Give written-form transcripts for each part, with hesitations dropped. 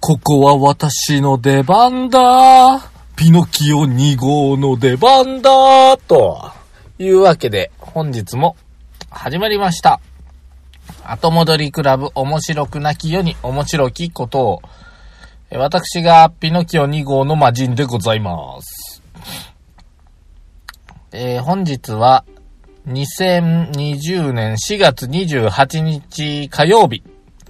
ここは私の出番だ。ピノキオ2号の出番だ。というわけで、本日も始まりました。後戻りクラブ面白くなき世に面白きことを。私がピノキオ2号の魔人でございます。本日は2020年4月28日火曜日。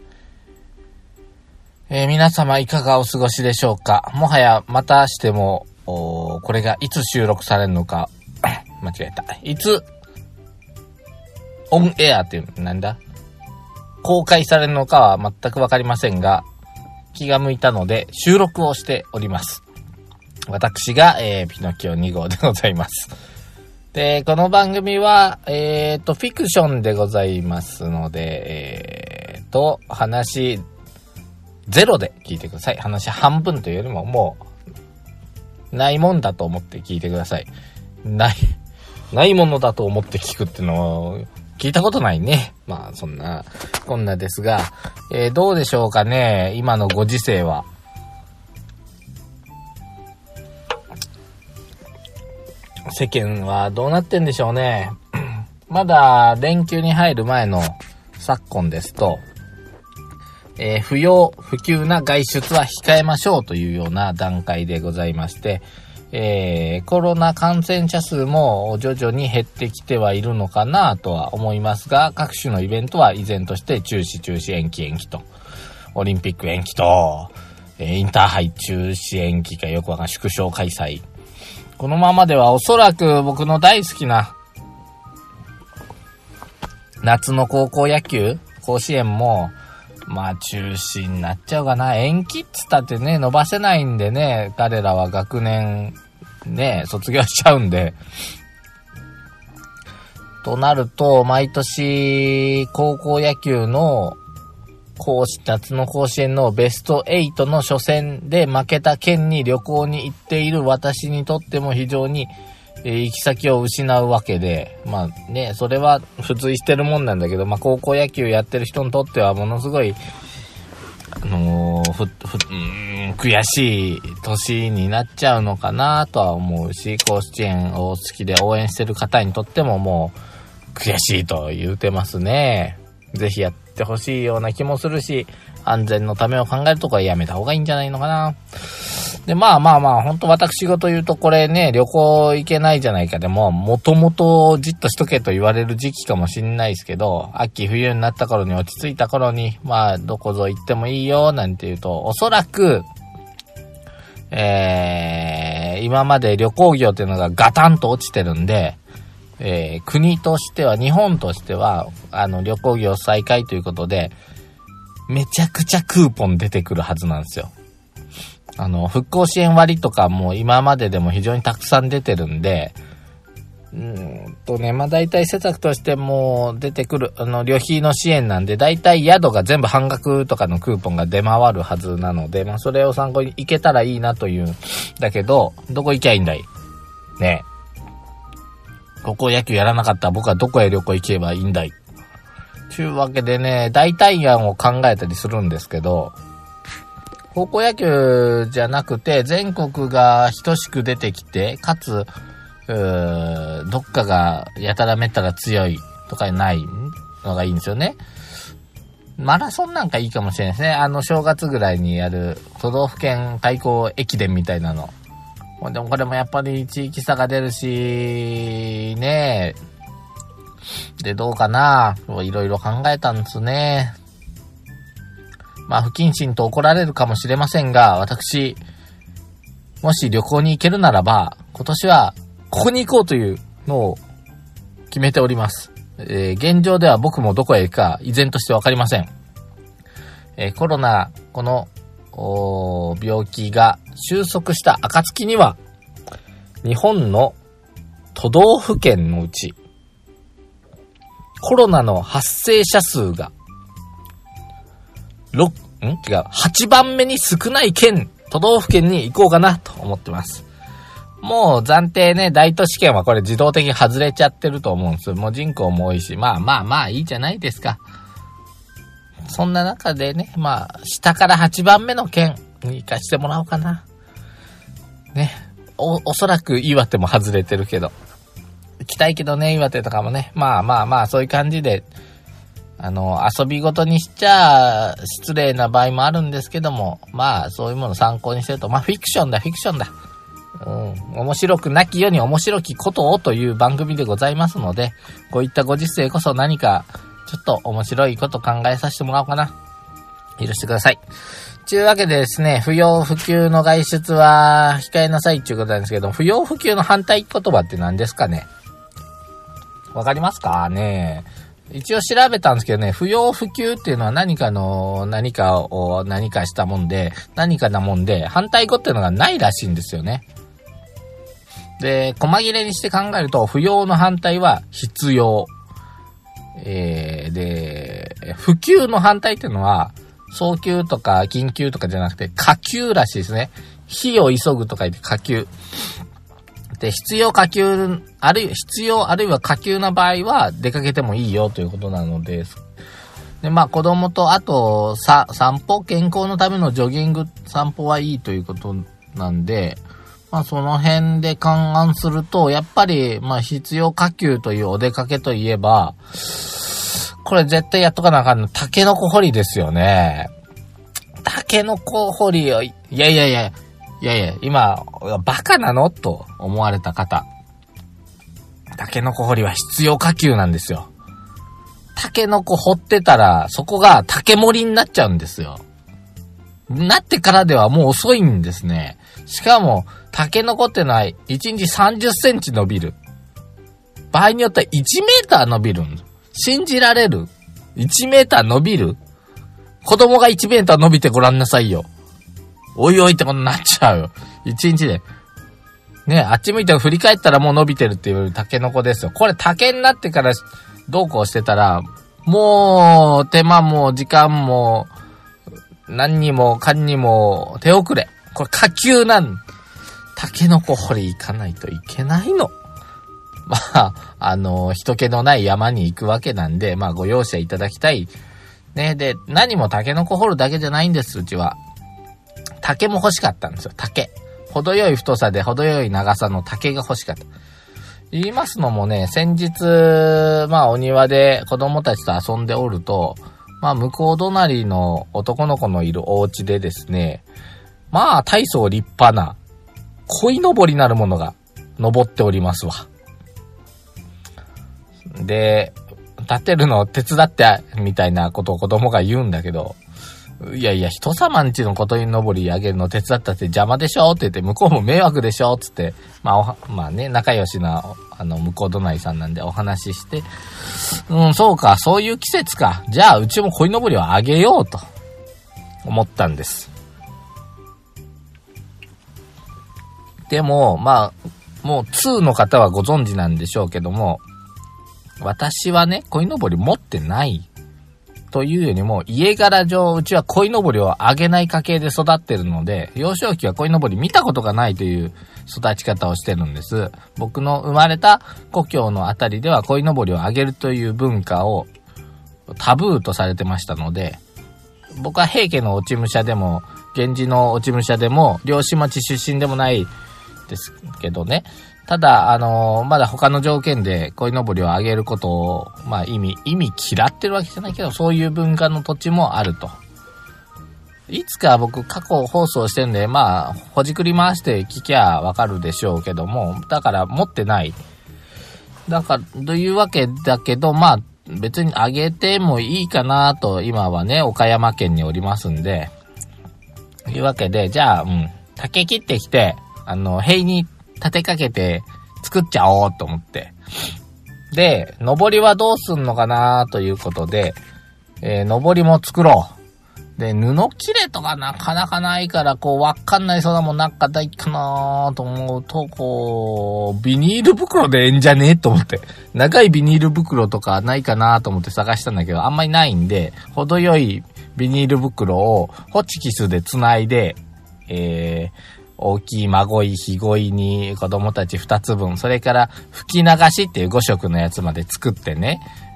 皆様いかがお過ごしでしょうか。もはやまたしてもこれがいつ収録されるのか間違えた。いつオンエアっていうなんだ公開されるのかは全くわかりませんが、気が向いたので収録をしております。私が、ピノキオ2号でございます。で、この番組はフィクションでございますので、話ゼロで聞いてください。話半分というよりももうないもんだと思って聞いてください。ないものだと思って聞くっていうのを聞いたことないね。まあそんなこんなですが、どうでしょうかね。今のご時世は世間はどうなってんでしょうね。まだ連休に入る前の昨今ですと、不要不急な外出は控えましょうというような段階でございまして、コロナ感染者数も徐々に減ってきてはいるのかなとは思いますが、各種のイベントは依然として中止延期と、オリンピック延期と、インターハイ中止延期かよくわかんない縮小開催。このままではおそらく僕の大好きな夏の高校野球甲子園もまあ中止になっちゃうかな。延期っつったってね、伸ばせないんでね、彼らは学年ね、卒業しちゃうんで。となると、毎年高校野球の夏の甲子園のベスト8の初戦で負けた県に旅行に行っている私にとっても非常に行き先を失うわけで、まあね、それは付随してるもんなんだけど、まあ高校野球やってる人にとってはものすごい悔しい年になっちゃうのかなとは思うし、甲子園を好きで応援してる方にとってももう悔しいと言うてますね。ぜひやってほしいような気もするし、安全のためを考えるとこはやめた方がいいんじゃないのかな。で、まあ本当私事言うとこれね、旅行行けないじゃないかでも、もともとじっとしとけと言われる時期かもしんないですけど、秋冬になった頃に落ち着いた頃に、まあどこぞ行ってもいいよなんて言うと、おそらく、今まで旅行業っていうのがガタンと落ちてるんで、国としては、日本としては、旅行業再開ということで、めちゃくちゃクーポン出てくるはずなんですよ。復興支援割とかも今まででも非常にたくさん出てるんで、まあ大体施策としても出てくる、旅費の支援なんで、大体宿が全部半額とかのクーポンが出回るはずなので、まあそれを参考に行けたらいいなというんだけど、どこ行きゃいいんだいねえ。高校野球やらなかったら僕はどこへ旅行行けばいいんだいというわけでね、代替案を考えたりするんですけど、高校野球じゃなくて全国が等しく出てきて、かつどっかがやたらめったら強いとかないのがいいんですよね。マラソンなんかいいかもしれないですね。正月ぐらいにやる都道府県対抗駅伝みたいなの。でもこれもやっぱり地域差が出るしね。でどうかな、いろいろ考えたんですね。まあ不謹慎と怒られるかもしれませんが、私もし旅行に行けるならば今年はここに行こうというのを決めております。現状では僕もどこへ行くか依然としてわかりません。コロナこの病気が収束した暁には、日本の都道府県のうちコロナの発生者数が8番目に少ない都道府県に行こうかなと思ってます。もう暫定ね、大都市圏はこれ自動的に外れちゃってると思うんですよ。もう人口も多いし、まあいいじゃないですか。 そんな中でね、まあ、下から8番目の県に行かしてもらおうかな。ね。おそらく岩手も外れてるけど。行きたいけどね、岩手とかもね。まあ、そういう感じで、遊びごとにしちゃ失礼な場合もあるんですけども、まあ、そういうものを参考にしてると、まあ、フィクションだ。面白くなきように面白きことをという番組でございますので、こういったご時世こそ何か、ちょっと面白いこと考えさせてもらおうかな。許してください。というわけでですね、不要不急の外出は控えなさいっていうことなんですけど、不要不急の反対言葉って何ですかね？わかりますかね？一応調べたんですけどね、不要不急っていうのは何かしたもんで、何かなもんで、反対語っていうのがないらしいんですよね。で、細切れにして考えると、不要の反対は必要。で、不急の反対っていうのは、早急とか緊急とかじゃなくて、可急らしいですね。非を急ぐとか言って可急。で、必要あるいは可急な場合は出かけてもいいよということなので、で、まあ子供とあと散歩、健康のためのジョギング、散歩はいいということなんで、まあその辺で勘案すると、やっぱりまあ必要可急というお出かけといえば、これ絶対やっとかなあかんの、タケノコ掘りですよね。タケノコ掘りを、いや、今、バカなのと思われた方。タケノコ掘りは必要可急なんですよ。タケノコ掘ってたら、そこが竹森になっちゃうんですよ。なってからではもう遅いんですね。しかも、タケノコってのは1日30センチ伸びる。場合によっては1メーター伸びるんです。信じられる？ 1 メーター伸びる？子供が1メーター伸びてごらんなさいよ。おいおいってことになっちゃうよ。1日で。ね、あっち向いて振り返ったらもう伸びてるっていうタケノコですよ。これ竹になってからどうこうしてたら、もう手間も時間も何にもかんにも手遅れ。これ可急タケノコ掘り行かないといけないの。まあ、人気のない山に行くわけなんで、まあご容赦いただきたい。ね、で、何もタケノコ掘るだけじゃないんです、うちは。竹も欲しかったんですよ、竹。程よい太さで程よい長さの竹が欲しかった。言いますのもね、先日、まあお庭で子供たちと遊んでおると、まあ向こう隣の男の子のいるお家でですね、まあ大層立派な鯉のぼりなるものが登っておりますわ。で、立てるのを手伝ってみたいなことを子供が言うんだけど、いや、人様んちの鯉のぼりあげるの手伝ったって邪魔でしょって言って、向こうも迷惑でしょつって、まあね、仲良しな、向こう隣さんなんでお話しして、そうか、そういう季節か。じゃあ、うちも鯉のぼりをあげようと思ったんです。でも、まあ、もう2の方はご存知なんでしょうけども、私はね、鯉のぼり持ってないというよりも、家柄上、うちは鯉のぼりをあげない家系で育ってるので、幼少期は鯉のぼり見たことがないという育ち方をしてるんです。僕の生まれた故郷のあたりでは鯉のぼりをあげるという文化をタブーとされてましたので、僕は平家の落ち武者でも、源氏の落ち武者でも、漁師町出身でもないですけどね。ただ、まだ他の条件で鯉のぼりをあげることを、まあ意味嫌ってるわけじゃないけど、そういう文化の土地もあると。いつか僕過去放送してんで、まあ、ほじくり回して聞きゃわかるでしょうけども、だから持ってない。だから、というわけだけど、まあ、別にあげてもいいかなと、今はね、岡山県におりますんで。というわけで、じゃあ、竹切ってきて、塀に立てかけて作っちゃおうと思って。で、登りはどうすんのかなということで、登りも作ろう。で、布切れとかなかなかないから、こう、わかんないそうなもんなんかないかなと思うと、こう、ビニール袋でええんじゃねえと思って。長いビニール袋とかないかなと思って探したんだけど、あんまりないんで、程よいビニール袋をホチキスで繋いで、大きい孫い、ひごいに子供たち2つ分、それから吹き流しっていう5色のやつまで作ってね、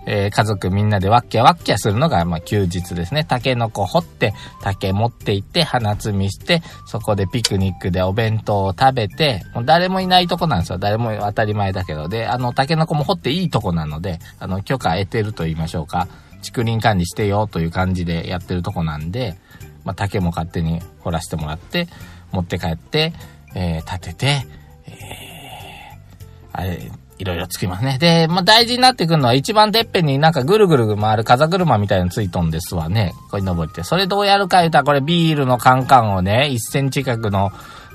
家族みんなでワッキャワッキャするのが、休日ですね。タケノコ掘って、竹持って行って、花摘みして、そこでピクニックでお弁当を食べて、もう誰もいないとこなんですよ。誰も当たり前だけど。で、タケノコも掘っていいとこなので、許可得てると言いましょうか。竹林管理してよという感じでやってるとこなんで、竹も勝手に掘らせてもらって、持って帰って、立てて、いろいろ作りますね。で、大事になってくるのは一番てっぺんになんかぐるぐる回る風車みたいなのついとんですわね。これ登って。それどうやるか言うたら、これビールのカンカンをね、1センチ角の、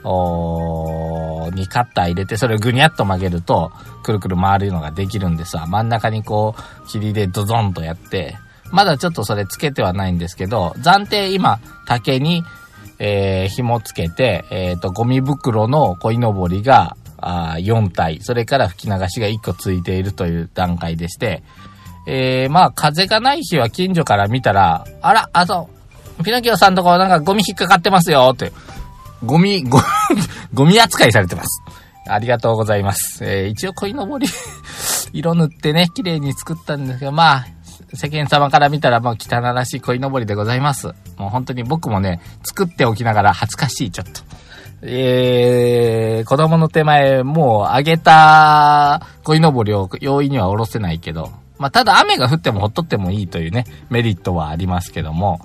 にカッター入れて、それをぐにゃっと曲げると、くるくる回るのができるんですわ。真ん中にこう、霧でドゾンとやって、まだちょっとそれつけてはないんですけど、暫定今、竹に、紐つけて、ゴミ袋の鯉のぼりが、4体、それから吹き流しが1個ついているという段階でして、風がない日は近所から見たら、ピノキオさんとこなんかゴミ引っかかってますよって、ゴミ扱いされてます。ありがとうございます。一応鯉のぼり、色塗ってね、綺麗に作ったんですけど、世間様から見たら汚らしい鯉のぼりでございます。もう本当に僕もね、作っておきながら恥ずかしい、ちょっと。子供の手前、もうあげた鯉のぼりを容易には下ろせないけど、ただ雨が降ってもほっとってもいいというね、メリットはありますけども、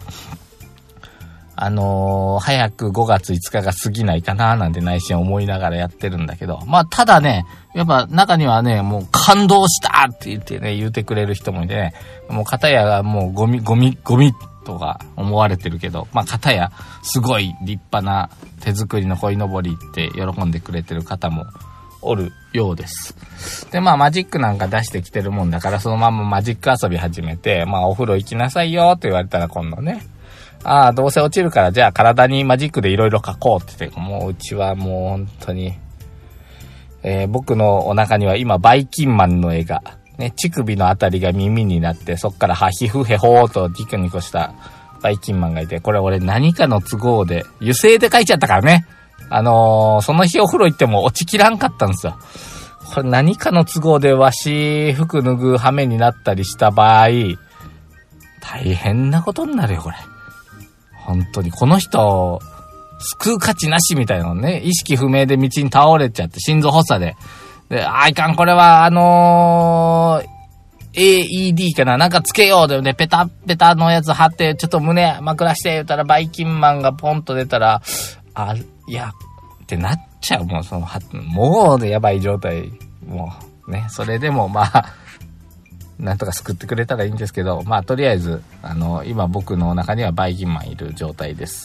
早く5月5日が過ぎないかななんて内心思いながらやってるんだけど、ただね、やっぱ中にはね、もう感動したって言ってね、言ってくれる人もいてね、もう片やがもうゴミとか思われてるけど、片やすごい立派な手作りの鯉のぼりって喜んでくれてる方もおるようです。で、マジックなんか出してきてるもんだから、そのままマジック遊び始めて、お風呂行きなさいよって言われたら今度ね、どうせ落ちるからじゃあ体にマジックでいろいろ描こうって言って、もううちはもう本当に、僕のお腹には今バイキンマンの絵が、ね、乳首のあたりが耳になって、そっから皮膚へほーとニコニコしたバイキンマンがいて、これ俺何かの都合で、油性で描いちゃったからね。その日お風呂行っても落ちきらんかったんですよ。これ何かの都合でわし服脱ぐ羽目になったりした場合、大変なことになるよ、これ。本当に、この人、救う価値なしみたいなのね、意識不明で道に倒れちゃって、心臓発作で。で、いかん、これは、AED かななんかつけようでね、ペタペタのやつ貼って、ちょっと胸枕して言ったら、バイキンマンがポンと出たら、いや、ってなっちゃう。もうやばい状態。もう、ね、それでもなんとか救ってくれたらいいんですけど、とりあえず、今僕の中にはバイキンマンいる状態です。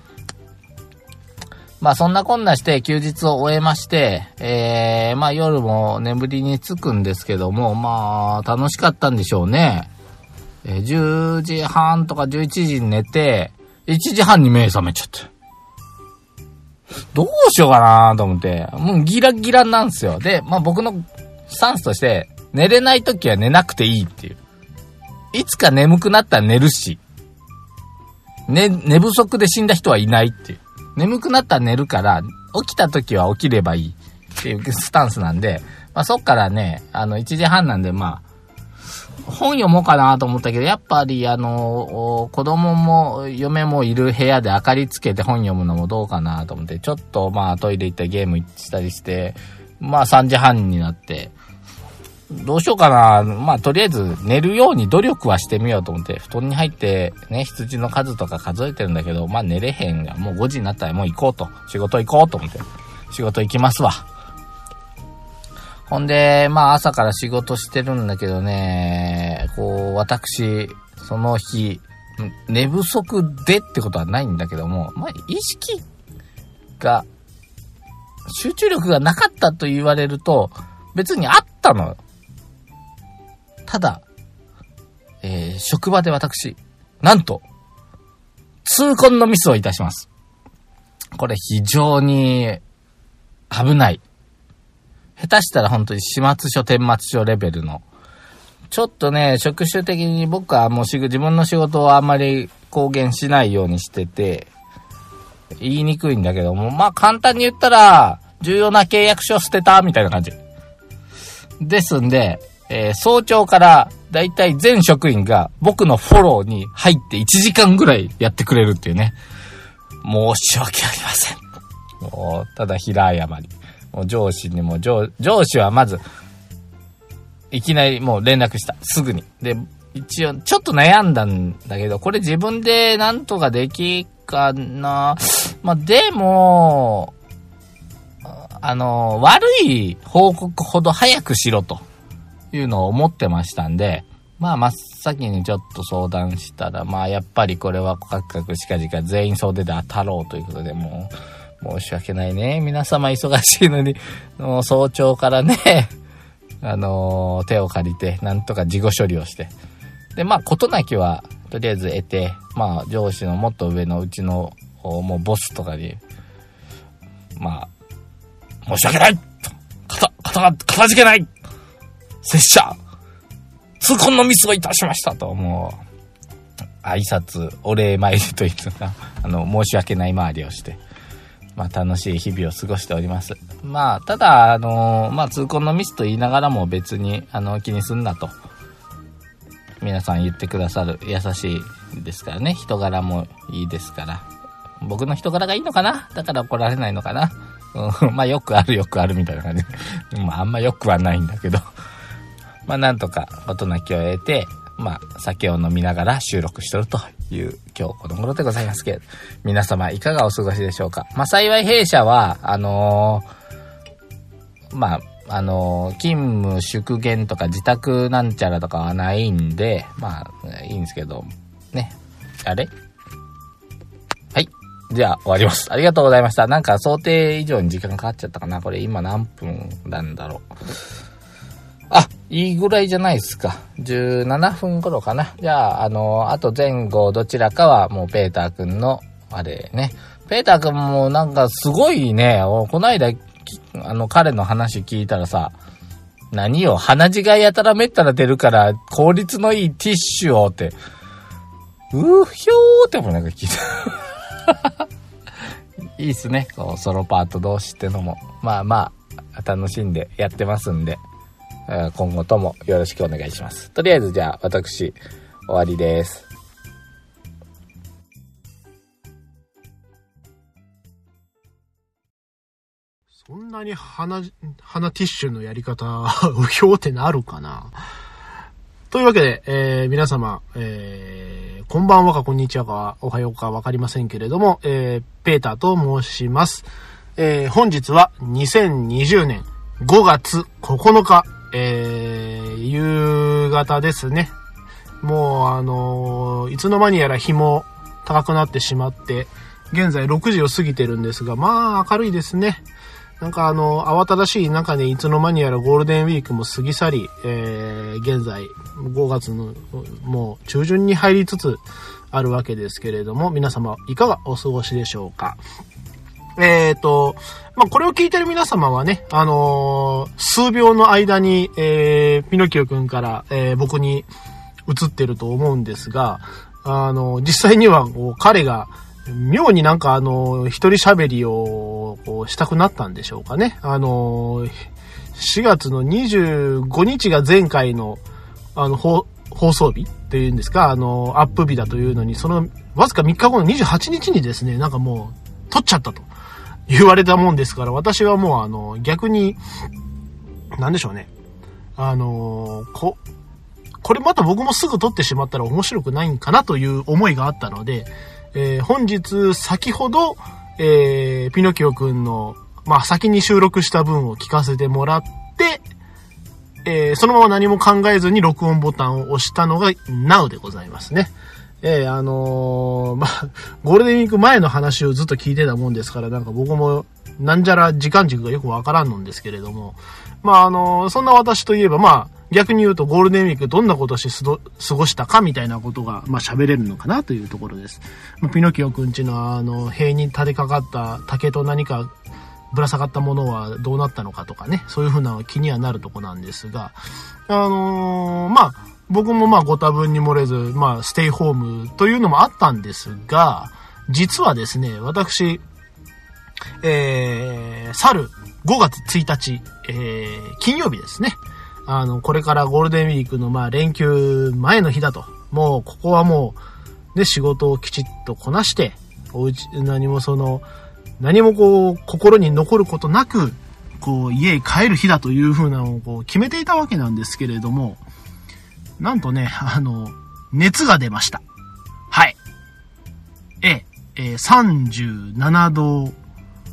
そんなこんなして休日を終えまして、夜も眠りにつくんですけども、楽しかったんでしょうね。10時半とか11時に寝て、1時半に目覚めちゃって。どうしようかなと思って、もうギラギラなんですよ。で、僕のスタンスとして、寝れないときは寝なくていいっていう。いつか眠くなったら寝るし、寝不足で死んだ人はいないっていう。眠くなったら寝るから、起きた時は起きればいいっていうスタンスなんで、そっからね、1時半なんで、本読もうかなと思ったけど、やっぱり子供も嫁もいる部屋で明かりつけて本読むのもどうかなと思って、ちょっとトイレ行ったりゲームしたりして、3時半になって、どうしようかな。とりあえず寝るように努力はしてみようと思って、布団に入ってね、羊の数とか数えてるんだけど、寝れへんが、もう5時になったらもう行こうと。仕事行こうと思って。仕事行きますわ。ほんで、朝から仕事してるんだけどね、私、その日、寝不足でってことはないんだけども、意識が、集中力がなかったと言われると、別にあったのよ。ただ、職場で私、なんと、痛恨のミスをいたします。これ非常に危ない。下手したら本当に始末書、顛末書レベルの。ちょっとね、職種的に僕はもう自分の仕事をあんまり公言しないようにしてて、言いにくいんだけども、簡単に言ったら、重要な契約書捨てたみたいな感じ。ですんで、 早朝からだいたい全職員が僕のフォローに入って1時間ぐらいやってくれるっていうね。申し訳ありません。もうただ平謝り。もう上司にも上司はまずいきなりもう連絡した。すぐに。で、一応ちょっと悩んだんだけど、これ自分でなんとかできかな。まあ、でも、悪い報告ほど早くしろというのを思ってましたんで、まあ真っ先にちょっと相談したら、まあやっぱりこれはカクカクしかじか全員総出で当たろうということで、もう申し訳ないね。皆様忙しいのに、もう早朝からね、手を借りて、なんとか事後処理をして。で、まあ事なきはとりあえず得て、まあ上司のもっと上のうちのもうボスとかに、まあ、申し訳ない片付けない拙者痛恨のミスをいたしましたと、もう、挨拶、お礼参りというのか、申し訳ない回りをして、まあ楽しい日々を過ごしております。まあ、ただ、まあ痛恨のミスと言いながらも別に、気にすんなと、皆さん言ってくださる優しいですからね、人柄もいいですから。僕の人柄がいいのかな？だから怒られないのかな？まあよくあるみたいな感じで。まああんまよくはないんだけど。まあなんとか事なきを得て、まあ酒を飲みながら収録してるという今日この頃でございますけれど、皆様いかがお過ごしでしょうか。まあ幸い弊社は、まあ、勤務縮減とか自宅なんちゃらとかはないんで、まあいいんですけど、ね。あれ？はい。じゃあ終わります。ありがとうございました。なんか想定以上に時間かかっちゃったかな。これ今何分なんだろう。あ、いいぐらいじゃないですか。17分頃かな。じゃあ、あと前後どちらかはもうペーターくんの、あれね。ペーターくんもなんかすごいね、この間、彼の話聞いたらさ、何よ、鼻血がやたらめったら出るから効率のいいティッシュをって、ひょーってもなんか聞いた。いいっすね。こう、ソロパート同士ってのも。まあまあ、楽しんでやってますんで、今後ともよろしくお願いします。とりあえずじゃあ、私、終わりです。 そんなに鼻ティッシュのやり方、うひょうってなるかな。というわけで、皆様、こんばんはかこんにちはかおはようかわかりませんけれども、ペーターと申します。本日は2020年5月9日、夕方ですね。もういつの間にやら日も高くなってしまって、現在6時を過ぎてるんですが、まあ明るいですね。なんか慌ただしい中でいつの間にやらゴールデンウィークも過ぎ去り、現在5月のもう中旬に入りつつあるわけですけれども、皆様いかがお過ごしでしょうか。まあ、これを聞いてる皆様はね、数秒の間に、ピノキオくんから、僕に移ってると思うんですが、実際には彼が妙になんか一人喋りをしたくなったんでしょうかね。4月の25日が前回の放送日っていうんですか、アップ日だというのに、そのわずか3日後の28日にですね、なんかもう撮っちゃったと言われたもんですから、私はもう逆になんでしょうね。これまた僕もすぐ撮ってしまったら面白くないんかなという思いがあったので、本日先ほど、ピノキオくんの、まあ、先に収録した分を聞かせてもらって、そのまま何も考えずに録音ボタンを押したのが Now でございますね。まあ、ゴールデンウィーク前の話をずっと聞いてたもんですから、なんか僕もなんじゃら時間軸がよくわからんのんですけれども、まあ、そんな私といえば、まあ、逆に言うとゴールデンウィークどんなことして過ごしたかみたいなことが、まあ、喋れるのかなというところです。ピノキオくんちの塀に立てかかった竹と何かぶら下がったものはどうなったのかとかね、そういうふうな気にはなるとこなんですが、まあ、僕もまあご多分に漏れず、まあ、ステイホームというのもあったんですが、実はですね、私、去る5月1日、金曜日ですね。 これからゴールデンウィークの連休前の日だと。もうここはもう、ね、仕事をきちっとこなして、何も心に残ることなく、家へ帰る日だという風なのを決めていたわけなんですけれども、なんとね、熱が出ました。はい。37度5分。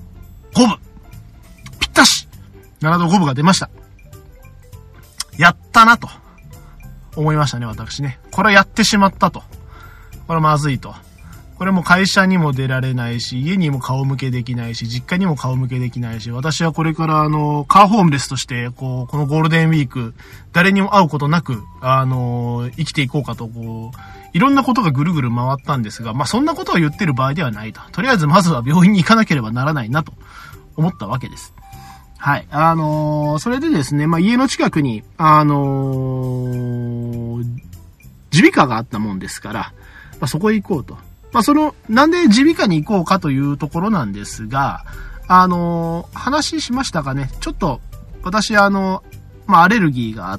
ぴったし !7 度5分が出ました。やったなと思いましたね、私ね。これはやってしまったと。これはまずいと。これも会社にも出られないし、家にも顔向けできないし、実家にも顔向けできないし、私はこれからカーホームレスとして、このゴールデンウィーク、誰にも会うことなく、生きていこうかと、いろんなことがぐるぐる回ったんですが、そんなことを言ってる場合ではないと。とりあえずまずは病院に行かなければならないなと思ったわけです。はい。それでですね、家の近くに、耳鼻科があったもんですから、そこへ行こうと。なんで耳鼻科に行こうかというところなんですが、話しましたかね。ちょっと、私アレルギーがあって、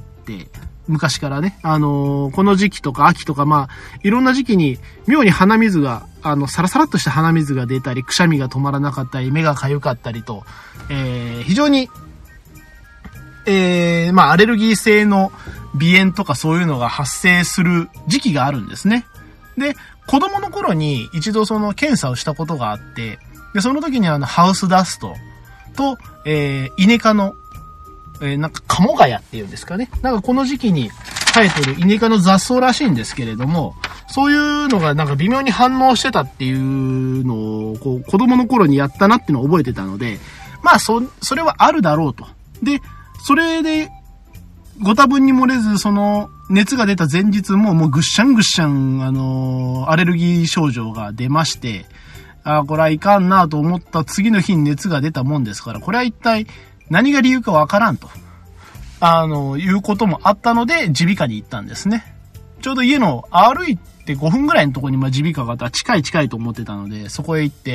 昔からね、この時期とか秋とか、いろんな時期に、妙に鼻水が、サラサラっとした鼻水が出たり、くしゃみが止まらなかったり、目が痒かったりと、非常に、アレルギー性の鼻炎とかそういうのが発生する時期があるんですね。で、子供の頃に一度検査をしたことがあって、で、その時にハウスダストと、イネ科の、カモガヤっていうんですかね。この時期に生えてるイネ科の雑草らしいんですけれども、そういうのが微妙に反応してたっていうのを、子供の頃にやったなっていうのを覚えてたので、それはあるだろうと。で、それで、ご多分に漏れず、熱が出た前日もうぐっしゃんぐっしゃん、アレルギー症状が出まして、これはいかんなと思った次の日に熱が出たもんですから、これは一体何が理由かわからんと、いうこともあったので、耳鼻科に行ったんですね。ちょうど家の歩いて5分ぐらいのところに耳鼻科があったら近いと思ってたので、そこへ行って、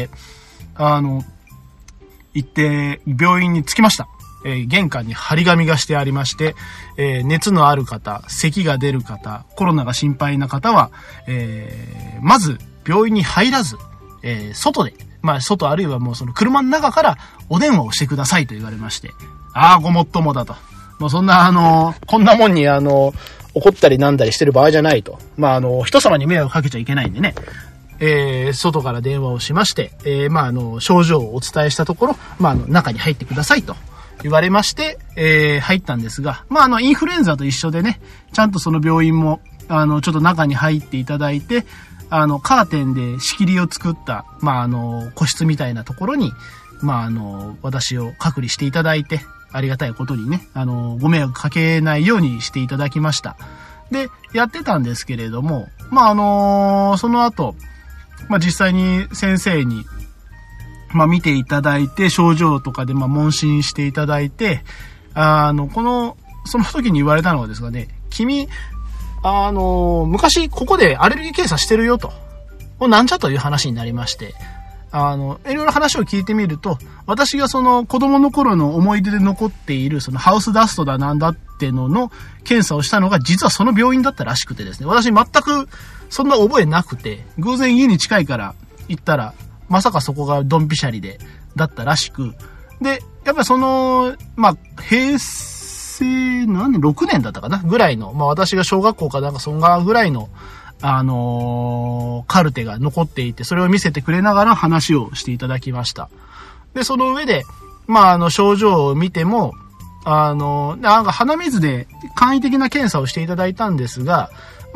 病院に着きました。玄関に張り紙がしてありまして、熱のある方、咳が出る方、コロナが心配な方は、まず病院に入らず、外で、外あるいはもう車の中からお電話をしてくださいと言われまして、ごもっともだと。もうそんなこんなもんに怒ったりなんだりしてる場合じゃないと。人様に迷惑かけちゃいけないんでね。外から電話をしまして、症状をお伝えしたところ、中に入ってくださいと言われまして、入ったんですが、インフルエンザと一緒でね、ちゃんとその病院も、ちょっと中に入っていただいて、カーテンで仕切りを作った、個室みたいなところに、私を隔離していただいて、ありがたいことにね、ご迷惑かけないようにしていただきました。で、やってたんですけれども、その後、実際に先生に、見ていただいて、症状とかで、問診していただいて、その時に言われたのはですがね、君、昔ここでアレルギー検査してるよと。なんじゃという話になりまして、いろいろ話を聞いてみると、私が子供の頃の思い出で残っているハウスダストだなんだっての検査をしたのが実はその病院だったらしくてですね、私全くそんな覚えなくて、偶然家に近いから行ったら、まさかそこがドンピシャリだったらしく、で、やっぱり平成何年 ?6 年だったかなぐらいの、私が小学校かそんなぐらいの、カルテが残っていて、それを見せてくれながら話をしていただきました。で、その上で、症状を見ても、鼻水で簡易的な検査をしていただいたんですが、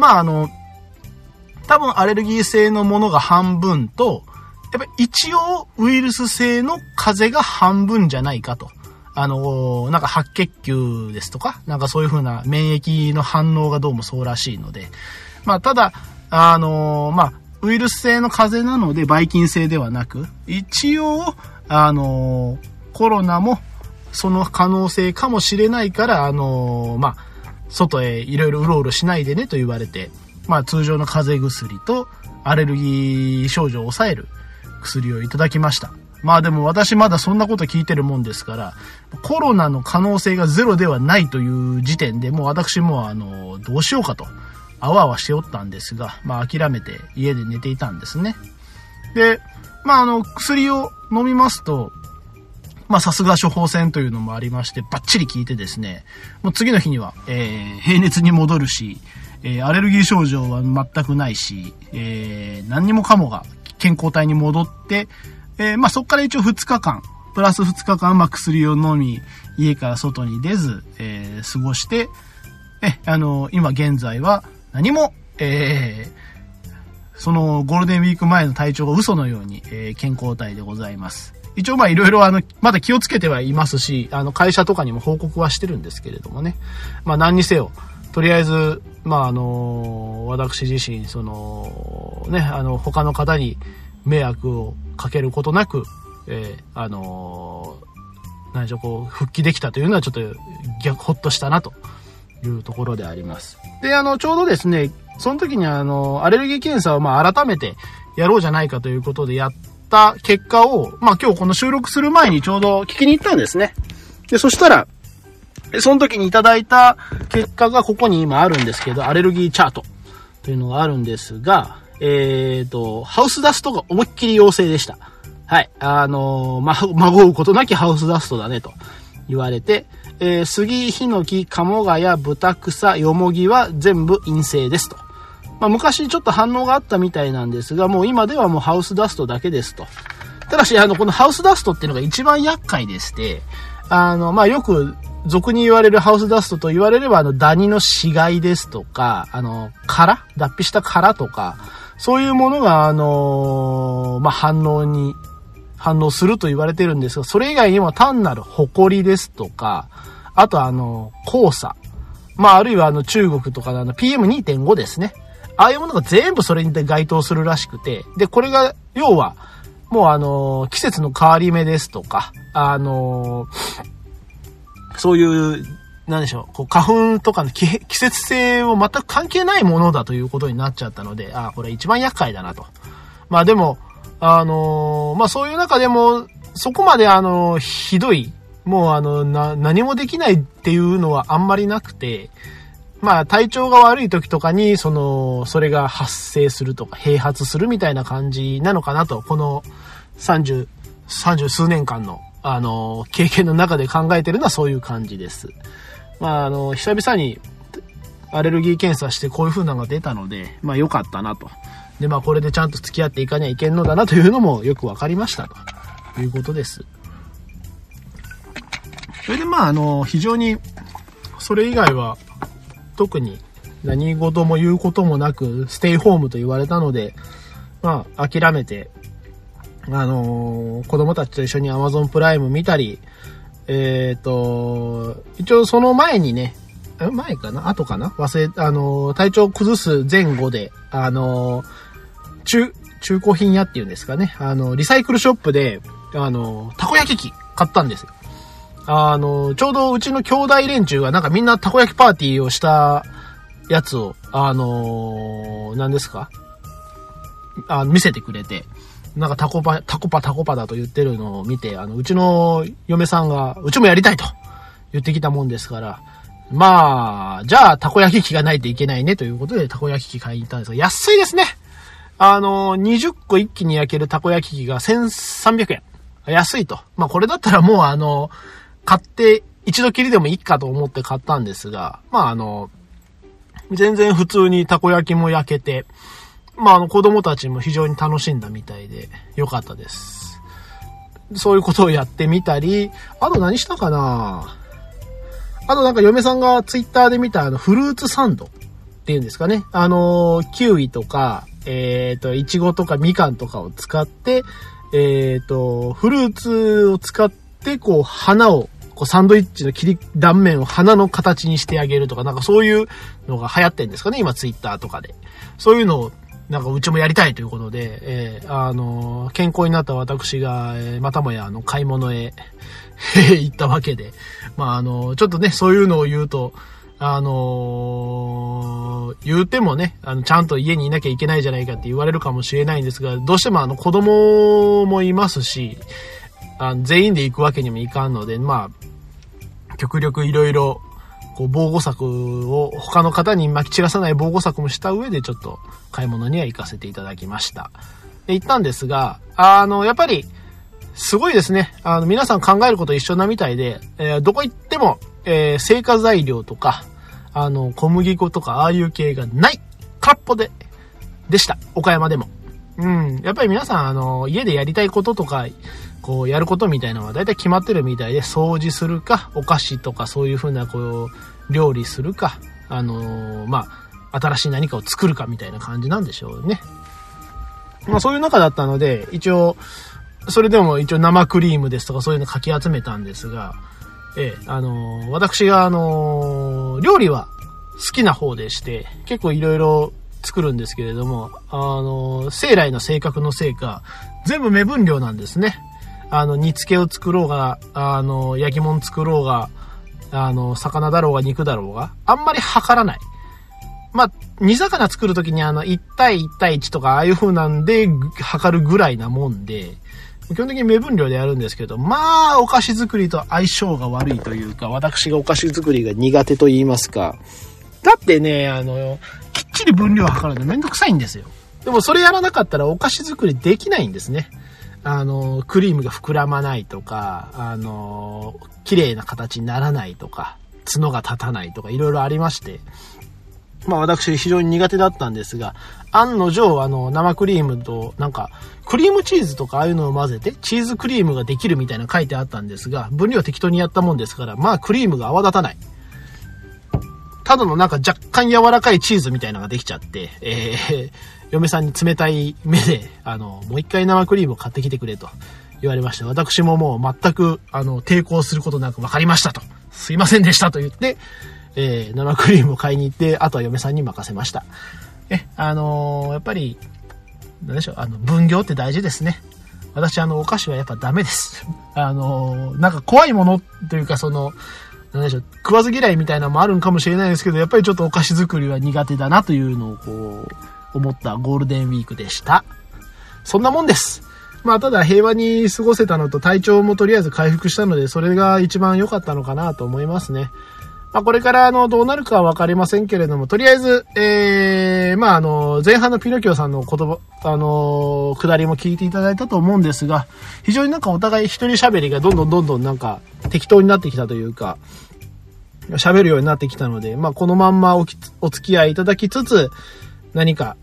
多分アレルギー性のものが半分と、やっぱり一応ウイルス性の風邪が半分じゃないかと。白血球ですとか、そういう風な免疫の反応がどうもそうらしいので、ただ、ウイルス性の風邪なので、ばい菌性ではなく、一応、コロナもその可能性かもしれないから、外へいろいろうろうろしないでねと言われて、通常の風邪薬とアレルギー症状を抑える薬をいただきました。 まあでも私まだそんなこと聞いてるもんですから、コロナの可能性がゼロではないという時点でもう私もどうしようかと、あわあわしておったんですが、まあ諦めて家で寝ていたんですね。で、まあ薬を飲みますと、まあさすが処方箋というのもありまして、バッチリ効いてですね、もう次の日には、平熱に戻るし、アレルギー症状は全くないし、何にもかもが健康体に戻って、まあそっから一応2日間、プラス2日間、まあ薬を飲み、家から外に出ず、過ごして、今現在は何も、そのゴールデンウィーク前の体調が嘘のように、健康体でございます。一応まあいろいろまだ気をつけてはいますし、会社とかにも報告はしてるんですけれどもね。まあ何にせよ、とりあえず、まあ私自身、他の方に迷惑をかけることなく、何でしょう、こう、復帰できたというのはちょっとほっとしたなというところであります。で、ちょうどですね、その時にアレルギー検査をまあ改めてやろうじゃないかということでやった結果を、まあ今日この収録する前にちょうど聞きに行ったんですね。で、そしたら、その時にいただいた結果がここに今あるんですけど、アレルギーチャートというのがあるんですが、ハウスダストが思いっきり陽性でした。はい。まごうことなきハウスダストだねと言われて、杉、ヒノキ、カモガヤ、ブタクサ、ヨモギは全部陰性ですと。まあ昔ちょっと反応があったみたいなんですが、もう今ではもうハウスダストだけですと。ただし、このハウスダストっていうのが一番厄介でして、まあよく俗に言われるハウスダストと言われれば、ダニの死骸ですとか、脱皮した殻とか、そういうものが、まあ反応すると言われてるんですが、それ以外にも単なる埃ですとか、あと黄砂。まああるいは中国とかのPM2.5 ですね。ああいうものが全部それに該当するらしくて、で、これが、要は、もう季節の変わり目ですとか、そういう、なんでしょう、こう花粉とかの季節性を全く関係ないものだということになっちゃったので、これ一番厄介だなと。まあでも、まあそういう中でも、そこまでひどい、もう何もできないっていうのはあんまりなくて、まあ体調が悪い時とかに、それが発生するとか、併発するみたいな感じなのかなと、この30数年間の、経験の中で考えてるのはそういう感じです。まあ久々にアレルギー検査してこういう風なのが出たので、まあ良かったなと。で、まあこれでちゃんと付き合っていかにはいけんのだなというのもよくわかりましたということです。それでまあ非常にそれ以外は特に何事も言うこともなくステイホームと言われたので、まあ諦めて子供たちと一緒に Amazon プライム見たり、一応その前にね、前かな後かな体調崩す前後で、中古品屋っていうんですかね。リサイクルショップで、たこ焼き器買ったんですよ。ちょうどうちの兄弟連中がなんかみんなたこ焼きパーティーをしたやつを、何ですか見せてくれて、なんかタコパだと言ってるのを見て、うちの嫁さんが、うちもやりたいと言ってきたもんですから、まあ、じゃあ、たこ焼き器がないといけないねということで、たこ焼き器買いに行ったんですが、安いですね。20個一気に焼けるたこ焼き器が1300円。安いと。まあ、これだったらもう買って一度きりでもいいかと思って買ったんですが、まあ、全然普通にたこ焼きも焼けて、まあ、子供たちも非常に楽しんだみたいで、よかったです。そういうことをやってみたり、あと何したかな？あとなんか嫁さんがツイッターで見たフルーツサンドっていうんですかね。キウイとか、イチゴとかみかんとかを使って、フルーツを使って、こう、花を、こう、サンドイッチの断面を花の形にしてあげるとか、なんかそういうのが流行ってるんですかね、今ツイッターとかで。そういうのを、なんかうちもやりたいということで、健康になった私が、またもや買い物へ行ったわけで、まあちょっとね、そういうのを言うと、 言うてもね、ちゃんと家にいなきゃいけないじゃないかって言われるかもしれないんですが、どうしても子供もいますし、全員で行くわけにもいかんので、まあ、極力いろいろ、防護策を他の方に撒き散らさない防護策もした上でちょっと買い物には行かせていただきました。で、行ったんですが、やっぱり、すごいですね。皆さん考えること一緒なみたいで、どこ行っても、成果材料とか、小麦粉とか、ああいう系がない。空っぽでした。岡山でも。やっぱり皆さん、家でやりたいこととか、やることみたいなのは大体決まってるみたいで、掃除するか、お菓子とかそういう風な、料理するか、まあ、新しい何かを作るかみたいな感じなんでしょうね。まあ、そういう中だったので、一応生クリームですとかそういうのかき集めたんですが、私が料理は好きな方でして、結構いろいろ作るんですけれども、生来の性格のせいか、全部目分量なんですね。煮付けを作ろうが、焼き物作ろうが、魚だろうが肉だろうが、あんまり測らない。まあ、煮魚作るときに1対1対1とかああいう風なんで測るぐらいなもんで、基本的に目分量でやるんですけど、まあ、お菓子作りと相性が悪いというか、私がお菓子作りが苦手と言いますか。だってね、きっちり分量測るのめんどくさいんですよ。でもそれやらなかったらお菓子作りできないんですね。クリームが膨らまないとか、綺麗な形にならないとか、角が立たないとか、いろいろありまして。まあ私非常に苦手だったんですが、案の定生クリームとなんかクリームチーズとかああいうのを混ぜてチーズクリームができるみたいな書いてあったんですが、分量適当にやったもんですから、まあクリームが泡立たない。ただのなんか若干柔らかいチーズみたいなのができちゃって、嫁さんに冷たい目で、もう一回生クリームを買ってきてくれと言われまして、私ももう全く抵抗することなく分かりましたと。すいませんでしたと言って、生クリームを買いに行って、あとは嫁さんに任せました。やっぱり、なんでしょう、分量って大事ですね。私、お菓子はやっぱダメです。なんか怖いものというか、なんでしょう、食わず嫌いみたいなのもあるんかもしれないですけど、やっぱりちょっとお菓子作りは苦手だなというのを思ったゴールデンウィークでした。そんなもんです。まあ、ただ平和に過ごせたのと体調もとりあえず回復したので、それが一番良かったのかなと思いますね。まあ、これからどうなるかはわかりませんけれども、とりあえず、まあ、前半のピノキオさんの言葉、下りも聞いていただいたと思うんですが、非常になんかお互い一人喋りがどんどんなんか適当になってきたというか、喋るようになってきたので、まあ、このまんまお付き合いいただきつつ、何か、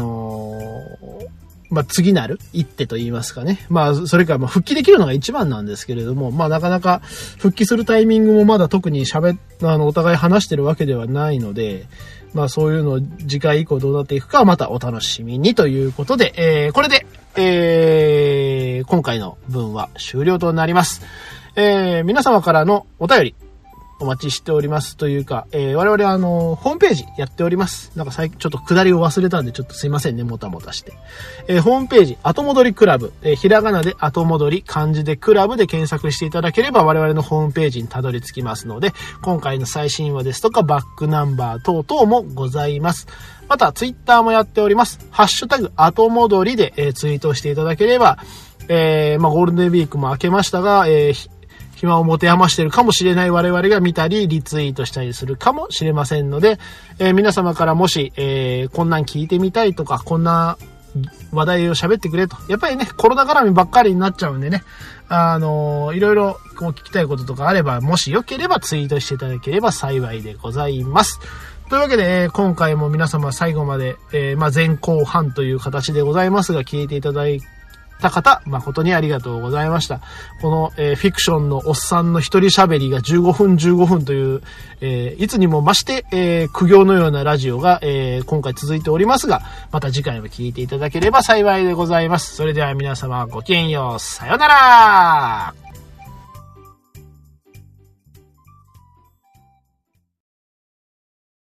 まあ、次なる一手と言いますかね。まあ、それから、復帰できるのが一番なんですけれども、まあ、なかなか復帰するタイミングもまだ特にお互い話してるわけではないので、まあ、そういうのを次回以降どうなっていくかはまたお楽しみにということで、これで、今回の分は終了となります。皆様からのお便り、お待ちしておりますというか、我々ホームページやっております。なんかちょっと下りを忘れたんでちょっとすいませんね、もたもたして。ホームページ、後戻りクラブ、ひらがなで後戻り、漢字でクラブで検索していただければ我々のホームページにたどり着きますので、今回の最新話ですとかバックナンバー等々もございます。また、ツイッターもやっております。ハッシュタグ後戻りで、ツイートしていただければ、まあ、ゴールデンウィークも明けましたが、暇を持て余しているかもしれない我々が見たり、リツイートしたりするかもしれませんので、皆様からもし、こんなん聞いてみたいとか、こんな話題を喋ってくれと。やっぱりね、コロナ絡みばっかりになっちゃうんでね、いろいろ聞きたいこととかあれば、もしよければツイートしていただければ幸いでございます。というわけで、今回も皆様最後まで、まあ、前後半という形でございますが、聞いていただいた方、誠にありがとうございました。この、フィクションのおっさんの一人喋りが15分という、いつにも増して、苦行のようなラジオが、今回続いておりますが、また次回も聞いていただければ幸いでございます。それでは皆様ごきげんよう。さよなら。